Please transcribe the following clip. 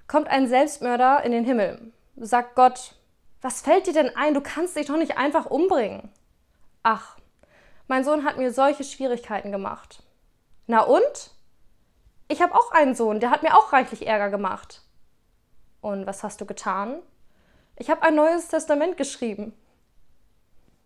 Kommt ein Selbstmörder in den Himmel, sagt Gott: Was fällt dir denn ein? Du kannst dich doch nicht einfach umbringen. Ach, mein Sohn hat mir solche Schwierigkeiten gemacht. Na und? Ich habe auch einen Sohn, der hat mir auch reichlich Ärger gemacht. Und was hast du getan? Ich habe ein neues Testament geschrieben.